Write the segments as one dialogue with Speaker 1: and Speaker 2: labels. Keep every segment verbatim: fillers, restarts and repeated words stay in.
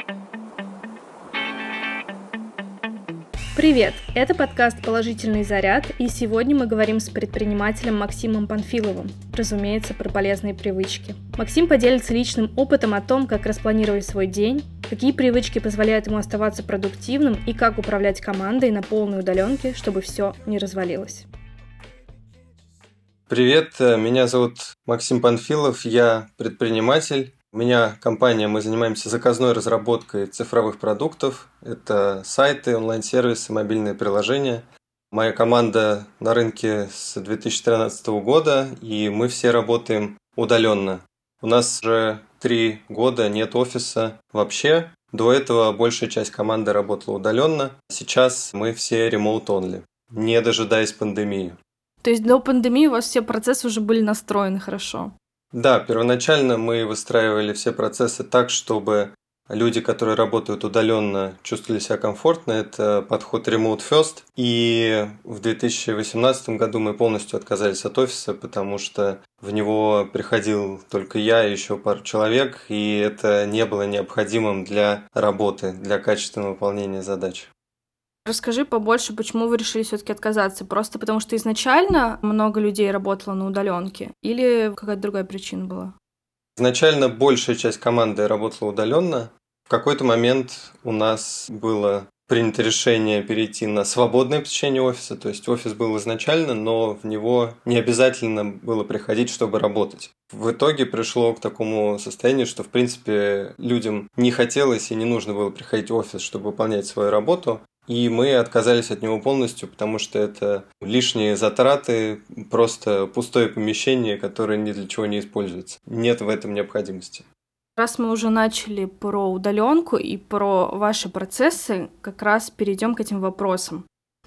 Speaker 1: Привет! Это подкаст «Положительный заряд», и сегодня мы говорим с предпринимателем Максимом Панфиловым, разумеется, про полезные привычки. Максим поделится личным опытом о том, как распланировать свой день, какие привычки позволяют ему оставаться продуктивным и как управлять командой на полной удаленке, чтобы все не развалилось.
Speaker 2: Привет, меня зовут Максим Панфилов, я предприниматель. У меня компания, мы занимаемся заказной разработкой цифровых продуктов. Это сайты, онлайн-сервисы, мобильные приложения. Моя команда на рынке с две тысячи тринадцатого года, и мы все работаем удаленно. У нас уже три года нет офиса вообще. До этого большая часть команды работала удаленно. Сейчас мы все remote-only, не дожидаясь пандемии.
Speaker 1: То есть до пандемии у вас все процессы уже были настроены хорошо?
Speaker 2: Да, первоначально мы выстраивали все процессы так, чтобы люди, которые работают удаленно, чувствовали себя комфортно. Это подход Remote First. И в две тысячи восемнадцатом году мы полностью отказались от офиса, потому что в него приходил только я и еще пару человек, и это не было необходимым для работы, для качественного выполнения задач.
Speaker 1: Расскажи побольше, почему вы решили все-таки отказаться? Просто потому что изначально много людей работало на удаленке, или какая-то другая причина была?
Speaker 2: Изначально большая часть команды работала удаленно. В какой-то момент у нас было принято решение перейти на свободное посещение офиса, то есть офис был изначально, но в него не обязательно было приходить, чтобы работать. В итоге пришло к такому состоянию, что в принципе людям не хотелось и не нужно было приходить в офис, чтобы выполнять свою работу. И мы отказались от него полностью, потому что это лишние затраты, просто пустое помещение, которое ни для чего не используется. Нет в этом необходимости.
Speaker 1: Раз мы уже начали про удаленку и про ваши процессы, как раз перейдем к этим вопросам.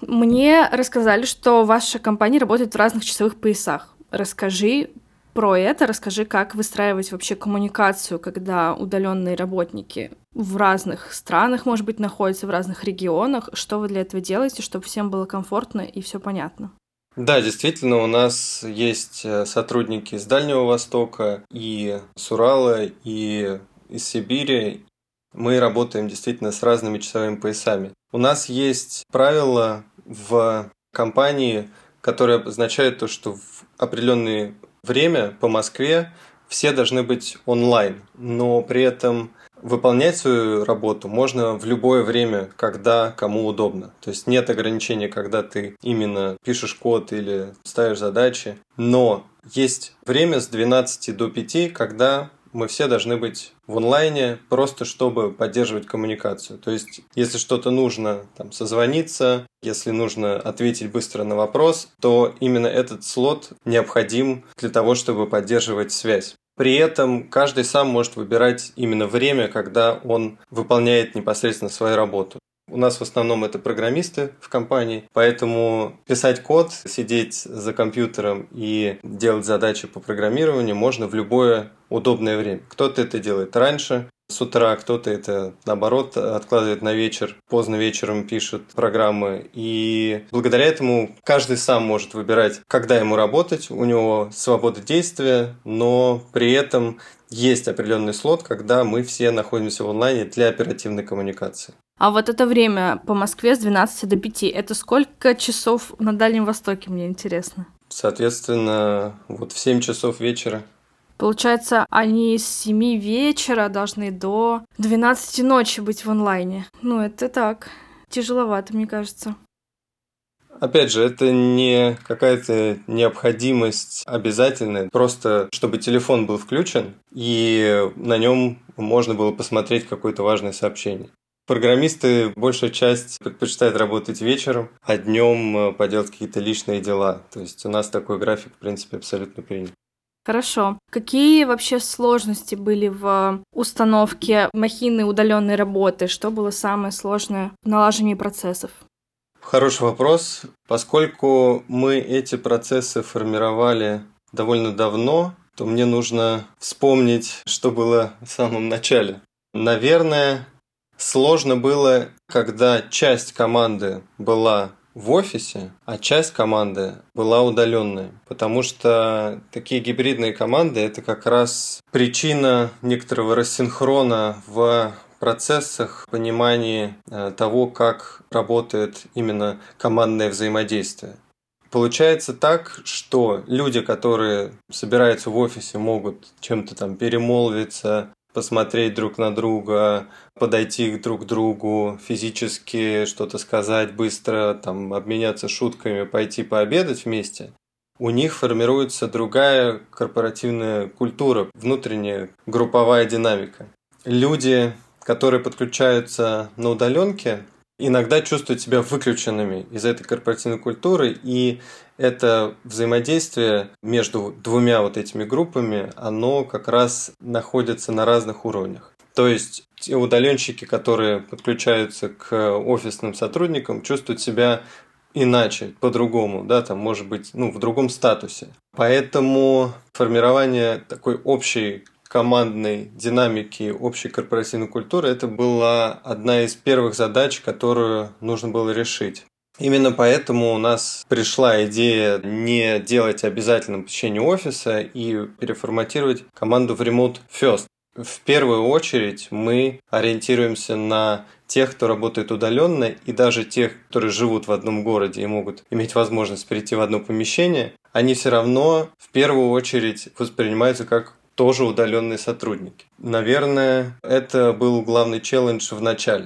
Speaker 1: Мне рассказали, что ваша компания работает в разных часовых поясах. Расскажи про это, расскажи, как выстраивать вообще коммуникацию, когда удаленные работники в разных странах, может быть, находятся, в разных регионах. Что вы для этого делаете, чтобы всем было комфортно и все понятно?
Speaker 2: Да, действительно, у нас есть сотрудники из Дальнего Востока, и с Урала, и из Сибири. Мы работаем действительно с разными часовыми поясами. У нас есть правило в компании, которое означает то, что в определенное время по Москве все должны быть онлайн, но при этом выполнять свою работу можно в любое время, когда кому удобно. То есть нет ограничения, когда ты именно пишешь код или ставишь задачи. Но есть время с двенадцати до пяти, когда мы все должны быть в онлайне, просто чтобы поддерживать коммуникацию. То есть, если что-то нужно там, созвониться, если нужно ответить быстро на вопрос, то именно этот слот необходим для того, чтобы поддерживать связь. При этом каждый сам может выбирать именно время, когда он выполняет непосредственно свою работу. У нас в основном это программисты в компании, поэтому писать код, сидеть за компьютером и делать задачи по программированию можно в любое удобное время. Кто-то это делает раньше, с утра, кто-то это, наоборот, откладывает на вечер, поздно вечером пишет программы. И благодаря этому каждый сам может выбирать, когда ему работать, у него свобода действия, но при этом есть определенный слот, когда мы все находимся в онлайне для оперативной коммуникации.
Speaker 1: А вот это время по Москве с двенадцати до пяти, это сколько часов на Дальнем Востоке, мне интересно?
Speaker 2: Соответственно, вот в семь часов вечера.
Speaker 1: Получается, они с семи вечера должны до двенадцати ночи быть в онлайне. Ну, это так, тяжеловато, мне кажется.
Speaker 2: Опять же, это не какая-то необходимость обязательная, просто чтобы телефон был включен, и на нем можно было посмотреть какое-то важное сообщение. Программисты, большая часть, предпочитают работать вечером, а днем поделать какие-то личные дела. То есть у нас такой график, в принципе, абсолютно принят.
Speaker 1: Хорошо. Какие вообще сложности были в установке махины удаленной работы? Что было самое сложное в налаживании процессов?
Speaker 2: Хороший вопрос. Поскольку мы эти процессы формировали довольно давно, то мне нужно вспомнить, что было в самом начале. Наверное, сложно было, когда часть команды была в офисе, а часть команды была удаленной, потому что такие гибридные команды – это как раз причина некоторого рассинхрона в процессах, понимании того, как работает именно командное взаимодействие. Получается так, что люди, которые собираются в офисе, могут чем-то там перемолвиться, посмотреть друг на друга, подойти друг к другу, физически что-то сказать быстро, там, обменяться шутками, пойти пообедать вместе. У них формируется другая корпоративная культура, внутренняя групповая динамика. Люди, которые подключаются на удаленке, иногда чувствуют себя выключенными из этой корпоративной культуры, и это взаимодействие между двумя вот этими группами, оно как раз находится на разных уровнях. То есть те удаленщики, которые подключаются к офисным сотрудникам, чувствуют себя иначе, по-другому, да, там, может быть, ну, в другом статусе. Поэтому формирование такой общей командной динамики, общей корпоративной культуры, это была одна из первых задач, которую нужно было решить. Именно поэтому у нас пришла идея не делать обязательным посещение офиса и переформатировать команду в Remote First. В первую очередь мы ориентируемся на тех, кто работает удаленно, и даже тех, которые живут в одном городе и могут иметь возможность перейти в одно помещение, они все равно в первую очередь воспринимаются как тоже удаленные сотрудники. Наверное, это был главный челлендж в начале.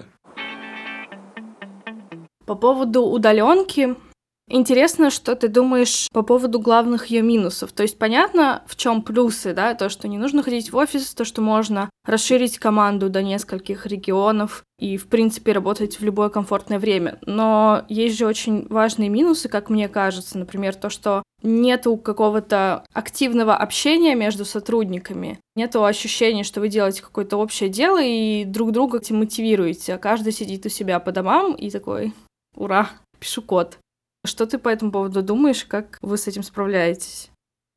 Speaker 1: По поводу удаленки, интересно, что ты думаешь по поводу главных ее минусов. То есть понятно, в чем плюсы, да, то, что не нужно ходить в офис, то, что можно расширить команду до нескольких регионов и, в принципе, работать в любое комфортное время. Но есть же очень важные минусы, как мне кажется. Например, то, что нету какого-то активного общения между сотрудниками, нету ощущения, что вы делаете какое-то общее дело и друг друга мотивируете, а каждый сидит у себя по домам и такой: «Ура, пишу код». Что ты по этому поводу думаешь, как вы с этим справляетесь?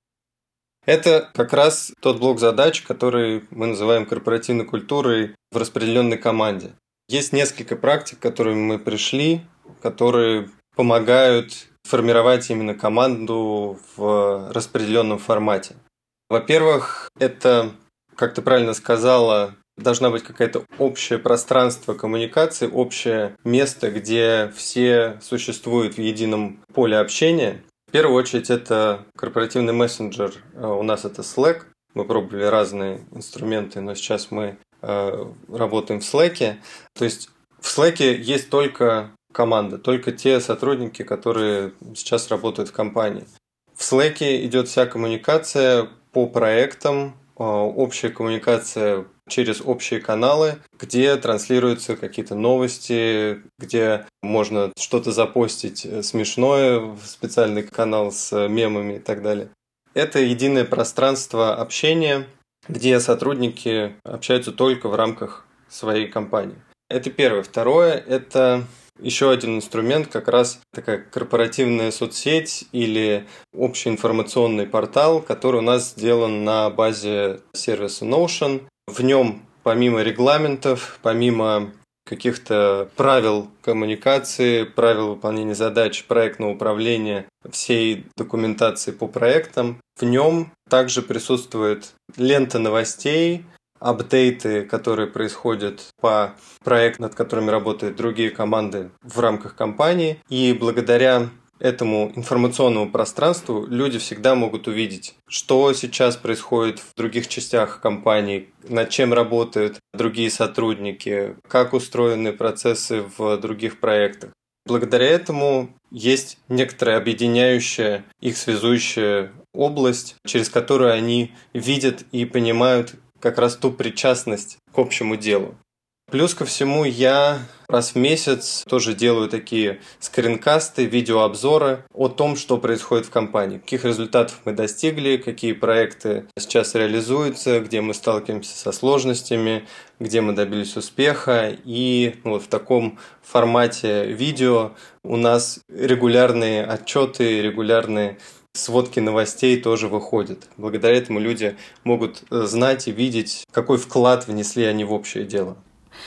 Speaker 2: Это как раз тот блок задач, который мы называем корпоративной культурой в распределенной команде. Есть несколько практик, к которым мы пришли, которые помогают формировать именно команду в распределенном формате. Во-первых, это, как ты правильно сказала, должна быть какое-то общее пространство коммуникации, общее место, где все существуют в едином поле общения. В первую очередь это корпоративный мессенджер, у нас это Slack. Мы пробовали разные инструменты, но сейчас мы э, работаем в Slack. То есть в Slack есть только команда, только те сотрудники, которые сейчас работают в компании. В Slack идет вся коммуникация по проектам, э, общая коммуникация через общие каналы, где транслируются какие-то новости, где можно что-то запостить смешное в специальный канал с мемами и так далее. Это единое пространство общения, где сотрудники общаются только в рамках своей компании. Это первое. Второе – это еще один инструмент, как раз такая корпоративная соцсеть или общий информационный портал, который у нас сделан на базе сервиса Notion. В нем помимо регламентов, помимо каких-то правил коммуникации, правил выполнения задач проектного управления, всей документации по проектам, в нем также присутствует лента новостей, апдейты, которые происходят по проектам, над которыми работают другие команды в рамках компании. И благодаря этому информационному пространству люди всегда могут увидеть, что сейчас происходит в других частях компании, над чем работают другие сотрудники, как устроены процессы в других проектах. Благодаря этому есть некоторая объединяющая, их связующая область, через которую они видят и понимают как раз ту причастность к общему делу. Плюс ко всему я раз в месяц тоже делаю такие скринкасты, видеообзоры о том, что происходит в компании, каких результатов мы достигли, какие проекты сейчас реализуются, где мы сталкиваемся со сложностями, где мы добились успеха. И вот в таком формате видео у нас регулярные отчеты, регулярные сводки новостей тоже выходят. Благодаря этому люди могут знать и видеть, какой вклад внесли они в общее дело.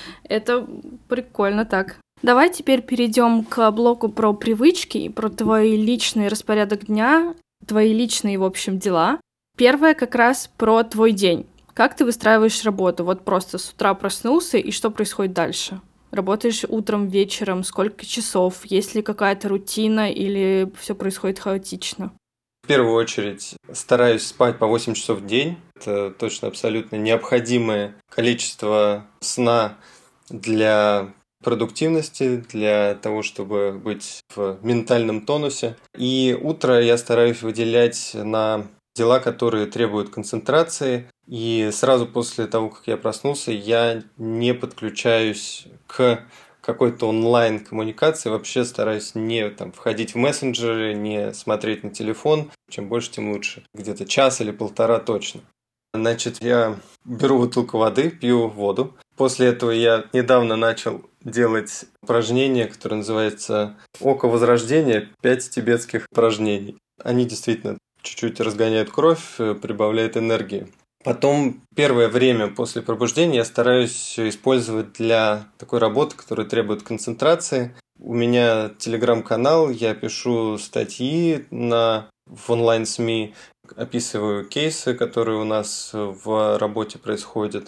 Speaker 1: Это прикольно так. Давай теперь перейдем к блоку про привычки и про твой личный распорядок дня, твои личные, в общем, дела. Первое как раз про твой день. Как ты выстраиваешь работу? Вот просто с утра проснулся, и что происходит дальше? Работаешь утром, вечером, сколько часов? Есть ли какая-то рутина или все происходит хаотично?
Speaker 2: В первую очередь стараюсь спать по восемь часов в день. Это точно абсолютно необходимое количество сна для продуктивности, для того, чтобы быть в ментальном тонусе. И утро я стараюсь выделять на дела, которые требуют концентрации. И сразу после того, как я проснулся, я не подключаюсь к какой-то онлайн-коммуникации, вообще стараюсь не там, входить в мессенджеры, не смотреть на телефон. Чем больше, тем лучше. Где-то час или полтора точно. Значит, я беру бутылку воды, пью воду. После этого я недавно начал делать упражнение, которое называется «Око Возрождения. Пять тибетских упражнений». Они действительно чуть-чуть разгоняют кровь, прибавляют энергии. Потом первое время после пробуждения я стараюсь использовать для такой работы, которая требует концентрации. У меня телеграм-канал, я пишу статьи на, в онлайн-СМИ, описываю кейсы, которые у нас в работе происходят.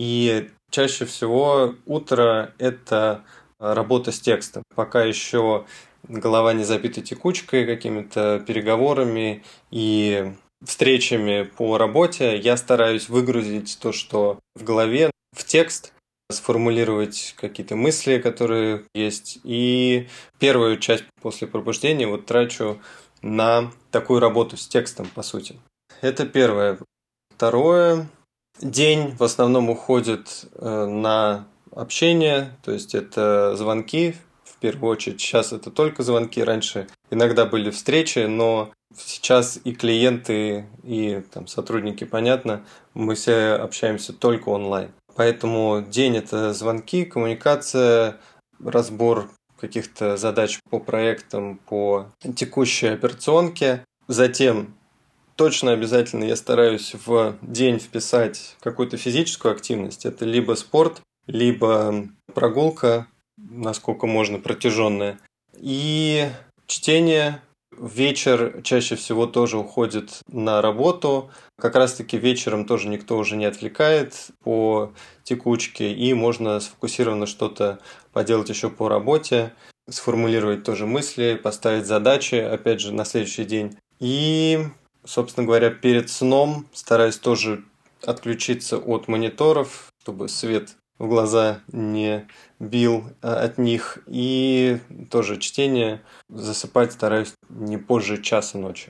Speaker 2: И чаще всего утро – это работа с текстом. Пока еще голова не забита текучкой, какими-то переговорами и встречами по работе, я стараюсь выгрузить то, что в голове, в текст, сформулировать какие-то мысли, которые есть. И первую часть после пробуждения вот трачу на такую работу с текстом, по сути. Это первое. Второе. День в основном уходит на общение, то есть это звонки. В первую очередь, сейчас это только звонки. Раньше иногда были встречи, но сейчас и клиенты, и там, сотрудники, понятно, мы все общаемся только онлайн. Поэтому день – это звонки, коммуникация, разбор каких-то задач по проектам, по текущей операционке. Затем точно обязательно я стараюсь в день вписать какую-то физическую активность. Это либо спорт, либо прогулка, насколько можно, протяженная. И чтение. Вечер чаще всего тоже уходит на работу. Как раз-таки вечером тоже никто уже не отвлекает по текучке, и можно сфокусированно что-то поделать еще по работе, сформулировать тоже мысли, поставить задачи, опять же, на следующий день. И, собственно говоря, перед сном стараюсь тоже отключиться от мониторов, чтобы свет в глаза не бил от них. И тоже чтение. Засыпать стараюсь не позже часа ночи.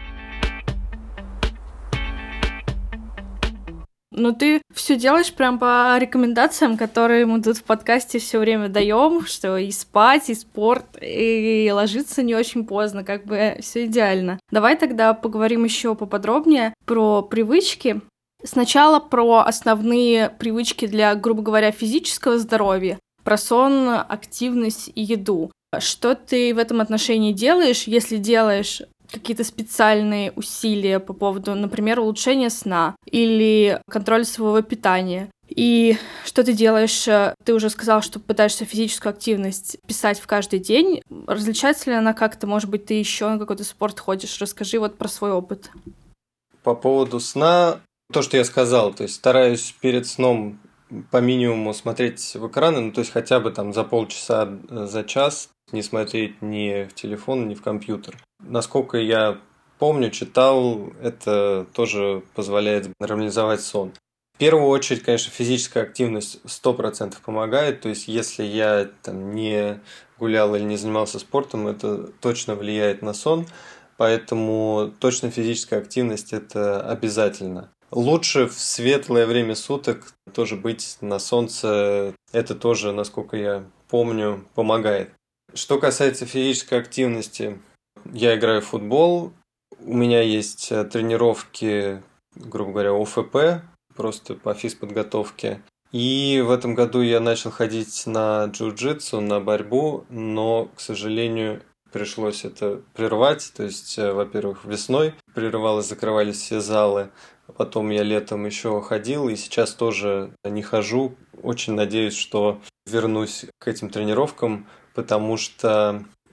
Speaker 1: Ну, ты все делаешь прям по рекомендациям, которые мы тут в подкасте все время даем, что и спать, и спорт, и ложиться не очень поздно, как бы все идеально. Давай тогда поговорим еще поподробнее про привычки. Сначала про основные привычки для, грубо говоря, физического здоровья, про сон, активность и еду. Что ты в этом отношении делаешь, если делаешь какие-то специальные усилия по поводу, например, улучшения сна или контроля своего питания? И что ты делаешь? Ты уже сказал, что пытаешься физическую активность писать в каждый день. Различается ли она как-то? Может быть, ты еще на какой-то спорт ходишь? Расскажи вот про свой опыт.
Speaker 2: По поводу сна, то, что я сказал, то есть стараюсь перед сном по минимуму смотреть в экраны, ну то есть хотя бы там за полчаса, за час не смотреть ни в телефон, ни в компьютер. Насколько я помню, читал, это тоже позволяет нормализовать сон. В первую очередь, конечно, физическая активность сто процентов помогает, то есть если я там не гулял или не занимался спортом, это точно влияет на сон, поэтому точно физическая активность – это обязательно. Лучше в светлое время суток тоже быть на солнце. Это тоже, насколько я помню, помогает. Что касается физической активности, я играю в футбол. У меня есть тренировки, грубо говоря, ОФП, просто по физподготовке. И в этом году я начал ходить на джиу-джитсу, на борьбу, но, к сожалению, пришлось это прервать. То есть, во-первых, весной прерывалось, закрывались все залы. Потом я летом еще ходил, и сейчас тоже не хожу. Очень надеюсь, что вернусь к этим тренировкам, потому что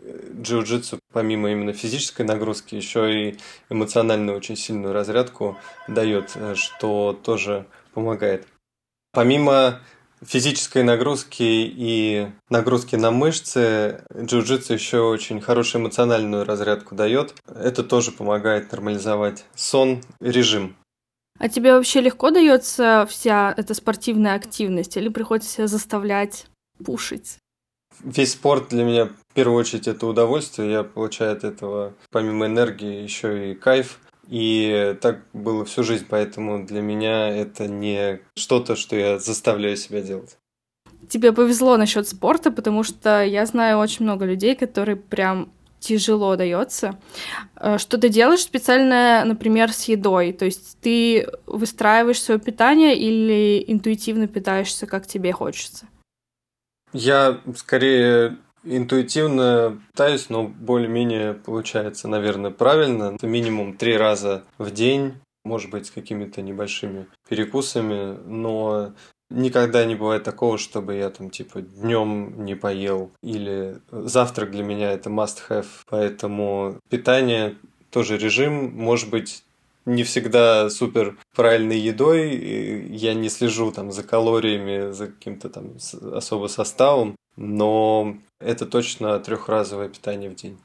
Speaker 2: джиу-джитсу, помимо именно физической нагрузки, еще и эмоциональную очень сильную разрядку дает, что тоже помогает. Помимо физической нагрузки и нагрузки на мышцы, джиу-джитсу еще очень хорошую эмоциональную разрядку дает. Это тоже помогает нормализовать сон, режим.
Speaker 1: А тебе вообще легко дается вся эта спортивная активность или приходится себя заставлять пушить?
Speaker 2: Весь спорт для меня в первую очередь это удовольствие. Я получаю от этого помимо энергии еще и кайф. И так было всю жизнь, поэтому для меня это не что-то, что я заставляю себя делать.
Speaker 1: Тебе повезло насчет спорта, потому что я знаю очень много людей, которые прям тяжело дается. Что ты делаешь специально, например, с едой? То есть ты выстраиваешь свое питание или интуитивно питаешься, как тебе хочется?
Speaker 2: Я скорее интуитивно питаюсь, но более-менее получается, наверное, правильно. Это минимум три раза в день, может быть, с какими-то небольшими перекусами, но никогда не бывает такого, чтобы я там типа днем не поел или завтрак для меня это must have, поэтому питание тоже режим, может быть, не всегда супер правильной едой, я не слежу там за калориями, за каким-то там особо составом, но это точно трехразовое питание в день.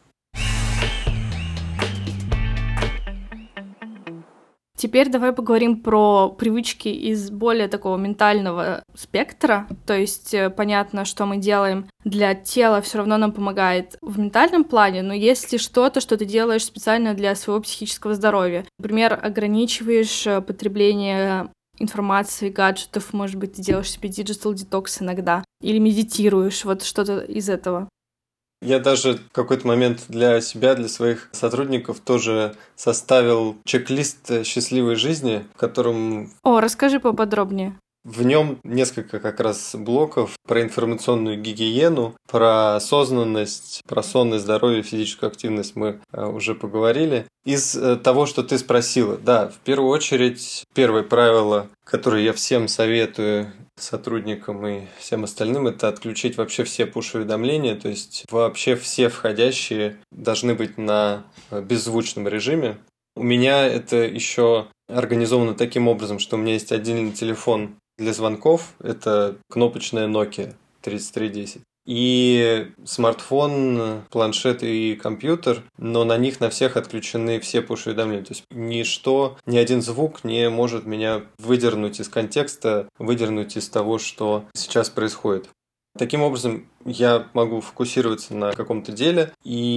Speaker 1: Теперь давай поговорим про привычки из более такого ментального спектра. То есть понятно, что мы делаем для тела, все равно нам помогает в ментальном плане, но есть ли что-то, что ты делаешь специально для своего психического здоровья? Например, ограничиваешь потребление информации, гаджетов, может быть, ты делаешь себе digital detox иногда, или медитируешь, вот что-то из этого.
Speaker 2: Я даже в какой-то момент для себя, для своих сотрудников тоже составил чек-лист счастливой жизни, в котором...
Speaker 1: О, расскажи поподробнее.
Speaker 2: В нем несколько как раз блоков про информационную гигиену, про осознанность, про сон и здоровье, физическую активность мы уже поговорили. Из того, что ты спросила, да, в первую очередь, первое правило, которое я всем советую, сотрудникам и всем остальным, это отключить вообще все пуш-уведомления, то есть вообще все входящие должны быть на беззвучном режиме. У меня это еще организовано таким образом, что у меня есть отдельный телефон для звонков, это кнопочная Nokia тридцать три десять. И смартфон, планшет и компьютер, но на них на всех отключены все пуш-уведомления. То есть ничто, ни один звук не может меня выдернуть из контекста, выдернуть из того, что сейчас происходит. Таким образом, я могу фокусироваться на каком-то деле,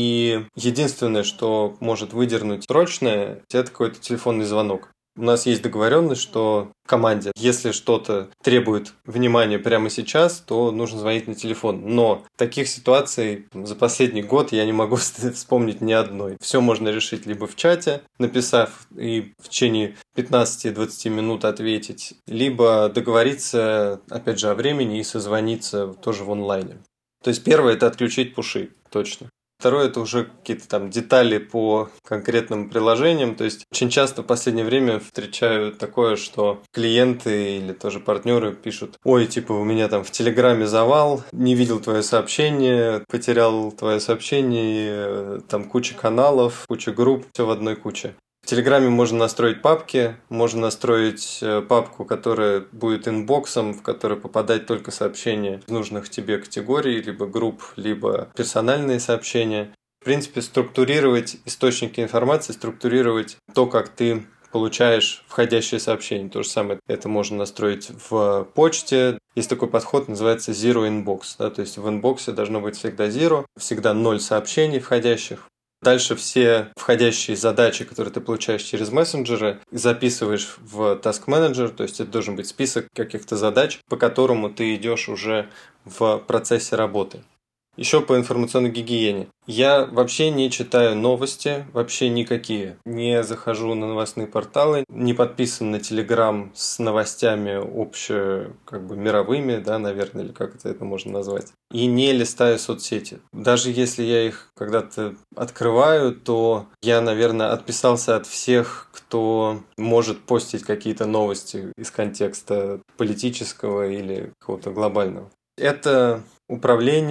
Speaker 2: и единственное, что может выдернуть срочное, это какой-то телефонный звонок. У нас есть договоренность, что в команде, если что-то требует внимания прямо сейчас, то нужно звонить на телефон. Но таких ситуаций за последний год я не могу вспомнить ни одной. Все можно решить либо в чате, написав и в течение пятнадцати-двадцати минут ответить, либо договориться, опять же, о времени и созвониться тоже в онлайне. То есть первое – это отключить пуши, точно. Второе – это уже какие-то там детали по конкретным приложениям. То есть очень часто в последнее время встречаю такое, что клиенты или тоже партнеры пишут: ой, типа у меня там в Телеграме завал, не видел твое сообщение, потерял твое сообщение, там куча каналов, куча групп, все в одной куче. В Телеграме можно настроить папки, можно настроить папку, которая будет инбоксом, в которой попадать только сообщения из нужных тебе категорий, либо групп, либо персональные сообщения. В принципе, структурировать источники информации, структурировать то, как ты получаешь входящие сообщения. То же самое это можно настроить в почте. Есть такой подход, называется Zero Inbox. Да? То есть в инбоксе должно быть всегда zero, всегда ноль сообщений входящих. Дальше все входящие задачи, которые ты получаешь через мессенджеры, записываешь в Task Manager, то есть это должен быть список каких-то задач, по которому ты идешь уже в процессе работы. Еще по информационной гигиене. Я вообще не читаю новости, вообще никакие. Не захожу на новостные порталы, не подписан на Telegram с новостями обще, как бы мировыми, да, наверное, или как это, это можно назвать. И не листаю соцсети. Даже если я их когда-то открываю, то я, наверное, отписался от всех, кто может постить какие-то новости из контекста политического или какого-то глобального. Это управление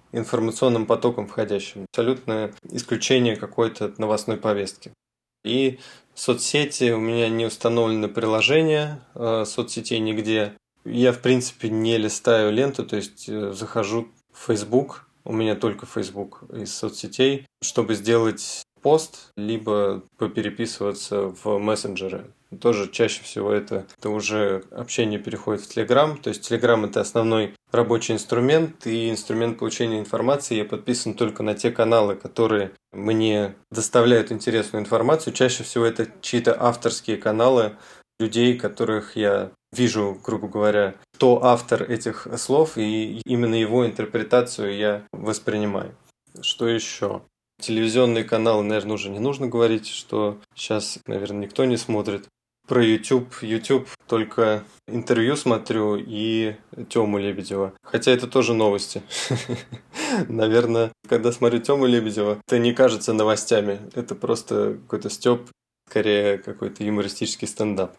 Speaker 2: информационным потоком входящим. Абсолютное исключение какой-то новостной повестки. И соцсети, у меня не установлено приложение э, соцсетей нигде. Я, в принципе, не листаю ленту, то есть э, захожу в Facebook, у меня только Facebook из соцсетей, чтобы сделать пост, либо попереписываться в мессенджеры. Тоже чаще всего это, это уже общение переходит в Telegram. То есть Telegram — это основной рабочий инструмент, и инструмент получения информации. Я подписан только на те каналы, которые мне доставляют интересную информацию. Чаще всего это чьи-то авторские каналы людей, которых я вижу, грубо говоря, кто автор этих слов, и именно его интерпретацию я воспринимаю. Что еще? Телевизионные каналы, наверное, уже не нужно говорить, что сейчас, наверное, никто не смотрит. Про YouTube. YouTube только интервью смотрю и Тему Лебедева. Хотя это тоже новости. Наверное, когда смотрю Тему Лебедева, это не кажется новостями. Это просто какой-то стёб, скорее какой-то юмористический стендап.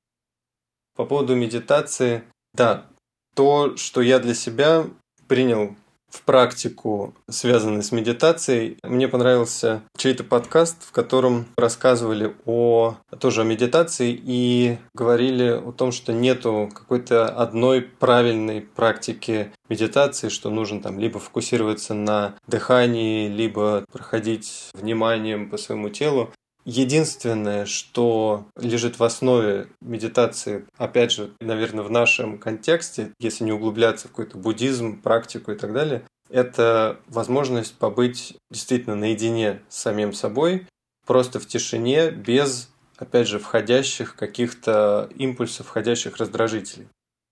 Speaker 2: По поводу медитации. Да, то, что я для себя принял в практику, связанную с медитацией, мне понравился чей-то подкаст, в котором рассказывали о, тоже о медитации и говорили о том, что нету какой-то одной правильной практики медитации, что нужно там либо фокусироваться на дыхании, либо проходить вниманием по своему телу. Единственное, что лежит в основе медитации, опять же, наверное, в нашем контексте, если не углубляться в какой-то буддизм, практику и так далее, это возможность побыть действительно наедине с самим собой, просто в тишине, без, опять же, входящих каких-то импульсов, входящих раздражителей.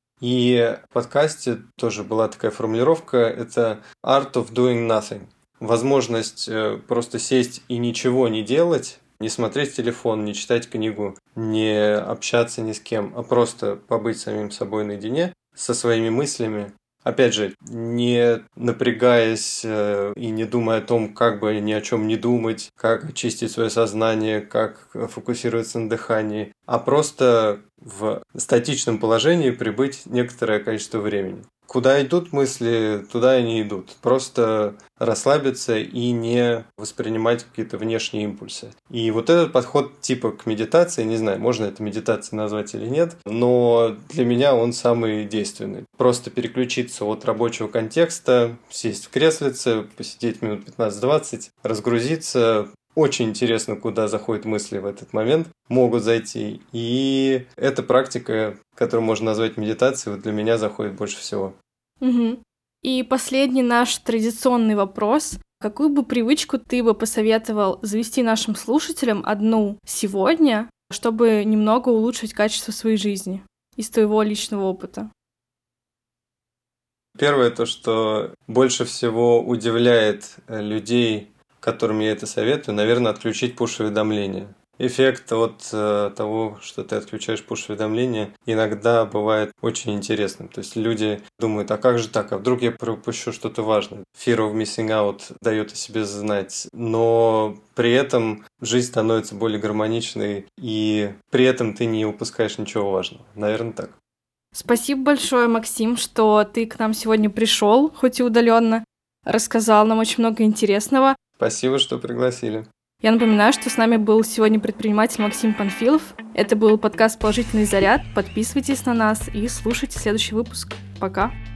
Speaker 2: И в подкасте тоже была такая формулировка, это «art of doing nothing». Возможность просто сесть и ничего не делать, не смотреть телефон, не читать книгу, не общаться ни с кем, а просто побыть самим собой наедине, со своими мыслями. Опять же, не напрягаясь и не думая о том, как бы ни о чем не думать, как очистить свое сознание, как фокусироваться на дыхании, а просто в статичном положении пребыть некоторое количество времени. Куда идут мысли, туда они идут. Просто расслабиться и не воспринимать какие-то внешние импульсы. И вот этот подход типа к медитации, не знаю, можно это медитацией назвать или нет, но для меня он самый действенный. Просто переключиться от рабочего контекста, сесть в креслице, посидеть минут пятнадцать-двадцать, разгрузиться. Очень интересно, куда заходят мысли в этот момент, могут зайти. И эта практика, которую можно назвать медитацией, вот для меня заходит больше всего.
Speaker 1: Угу. И последний наш традиционный вопрос. Какую бы привычку ты бы посоветовал завести нашим слушателям одну сегодня, чтобы немного улучшить качество своей жизни из твоего личного опыта?
Speaker 2: Первое, то, что больше всего удивляет людей, которым я это советую, наверное, отключить пуш-уведомления. Эффект от э, того, что ты отключаешь пуш-уведомления, иногда бывает очень интересным. То есть люди думают, а как же так, а вдруг я пропущу что-то важное. Fear of missing out дает о себе знать, но при этом жизнь становится более гармоничной, и при этом ты не упускаешь ничего важного. Наверное, так.
Speaker 1: Спасибо большое, Максим, что ты к нам сегодня пришел, хоть и удаленно, рассказал нам очень много интересного.
Speaker 2: Спасибо, что пригласили.
Speaker 1: Я напоминаю, что с нами был сегодня предприниматель Максим Панфилов. Это был подкаст «Положительный заряд». Подписывайтесь на нас и слушайте следующий выпуск. Пока!